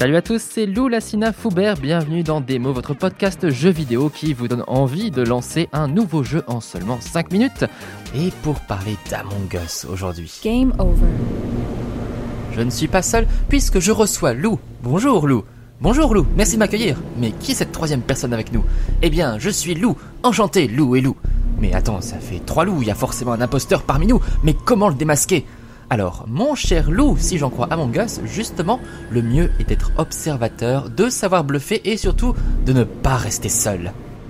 Salut à tous, c'est Lou Lassina Foubert, bienvenue dans Démo, votre podcast jeux vidéo qui vous donne envie de lancer un nouveau jeu en seulement 5 minutes. Et pour parler d'Among Us aujourd'hui. Game over. Je ne suis pas seul puisque je reçois Lou. Bonjour Lou. Bonjour Lou, merci de m'accueillir. Mais qui est cette troisième personne avec nous ? Eh bien, je suis Lou, enchanté Lou et Lou. Mais attends, ça fait 3 loups, il y a forcément un imposteur parmi nous, mais comment le démasquer ? Alors, mon cher Lou, si j'en crois Among Us, justement, le mieux est d'être observateur, de savoir bluffer et surtout de ne pas rester seul.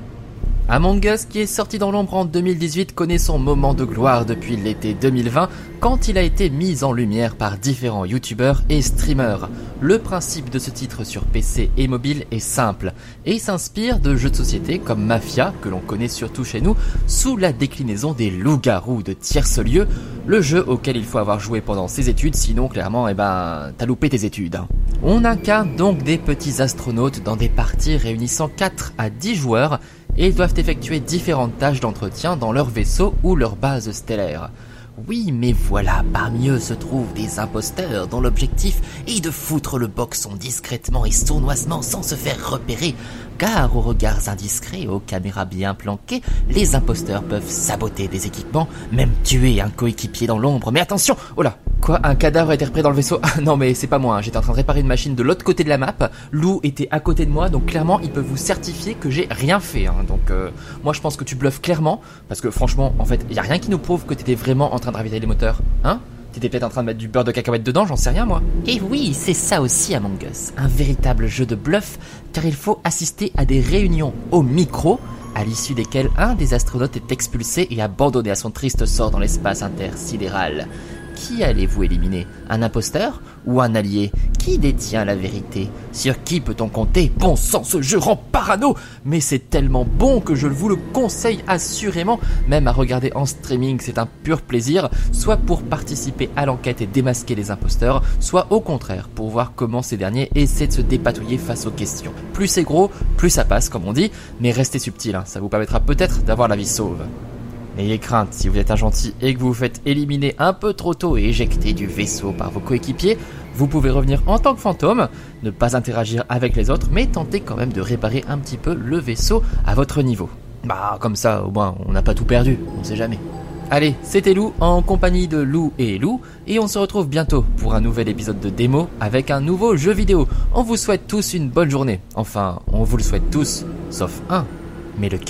Among Us, qui est sorti dans l'ombre en 2018, connaît son moment de gloire depuis l'été 2020, quand il a été mis en lumière par différents youtubeurs et streamers. Le principe de ce titre sur PC et mobile est simple, et s'inspire de jeux de société comme Mafia, que l'on connaît surtout chez nous, sous la déclinaison des loups-garous de tierce-lieu, le jeu auquel il faut avoir joué pendant ses études, sinon clairement, t'as loupé tes études. On incarne donc des petits astronautes dans des parties réunissant 4 à 10 joueurs, et ils doivent effectuer différentes tâches d'entretien dans leur vaisseau ou leur base stellaire. Oui, mais voilà, parmi eux se trouvent des imposteurs dont l'objectif est de foutre le boxon discrètement et sournoisement sans se faire repérer, car aux regards indiscrets et aux caméras bien planquées, les imposteurs peuvent saboter des équipements, même tuer un coéquipier dans l'ombre. Mais attention, oh là, quoi, un cadavre a été repéré dans le vaisseau ? Ah non mais c'est pas moi, j'étais en train de réparer une machine de l'autre côté de la map, Lou était à côté de moi, donc clairement ils peuvent vous certifier que j'ai rien fait. Donc moi je pense que tu bluffes clairement, parce que franchement, en fait, y a rien qui nous prouve que t'étais vraiment en train de ravitailler les moteurs, hein ? T'étais peut-être en train de mettre du beurre de cacahuète dedans, j'en sais rien moi. Et oui, c'est ça aussi Among Us, un véritable jeu de bluff, car il faut assister à des réunions au micro, à l'issue desquelles un des astronautes est expulsé et abandonné à son triste sort dans l'espace intersidéral. Qui allez-vous éliminer ? Un imposteur ou un allié ? Qui détient la vérité ? Sur qui peut-on compter ? Bon sang, ce jeu rend parano ! Mais c'est tellement bon que je vous le conseille assurément, même à regarder en streaming, c'est un pur plaisir, soit pour participer à l'enquête et démasquer les imposteurs, soit au contraire, pour voir comment ces derniers essaient de se dépatouiller face aux questions. Plus c'est gros, plus ça passe, comme on dit, mais restez subtil, ça vous permettra peut-être d'avoir la vie sauve. N'ayez crainte, si vous êtes un gentil et que vous vous faites éliminer un peu trop tôt et éjecter du vaisseau par vos coéquipiers, vous pouvez revenir en tant que fantôme, ne pas interagir avec les autres, mais tenter quand même de réparer un petit peu le vaisseau à votre niveau. Comme ça, au moins, on n'a pas tout perdu, on sait jamais. Allez, c'était Lou, en compagnie de Lou et Lou, et on se retrouve bientôt pour un nouvel épisode de démo avec un nouveau jeu vidéo. On vous souhaite tous une bonne journée. Enfin, on vous le souhaite tous, sauf un. Mais lequel ?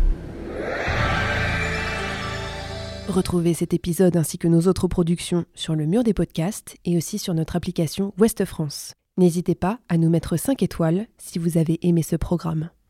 Retrouvez cet épisode ainsi que nos autres productions sur le mur des podcasts et aussi sur notre application Ouest France. N'hésitez pas à nous mettre 5 étoiles si vous avez aimé ce programme.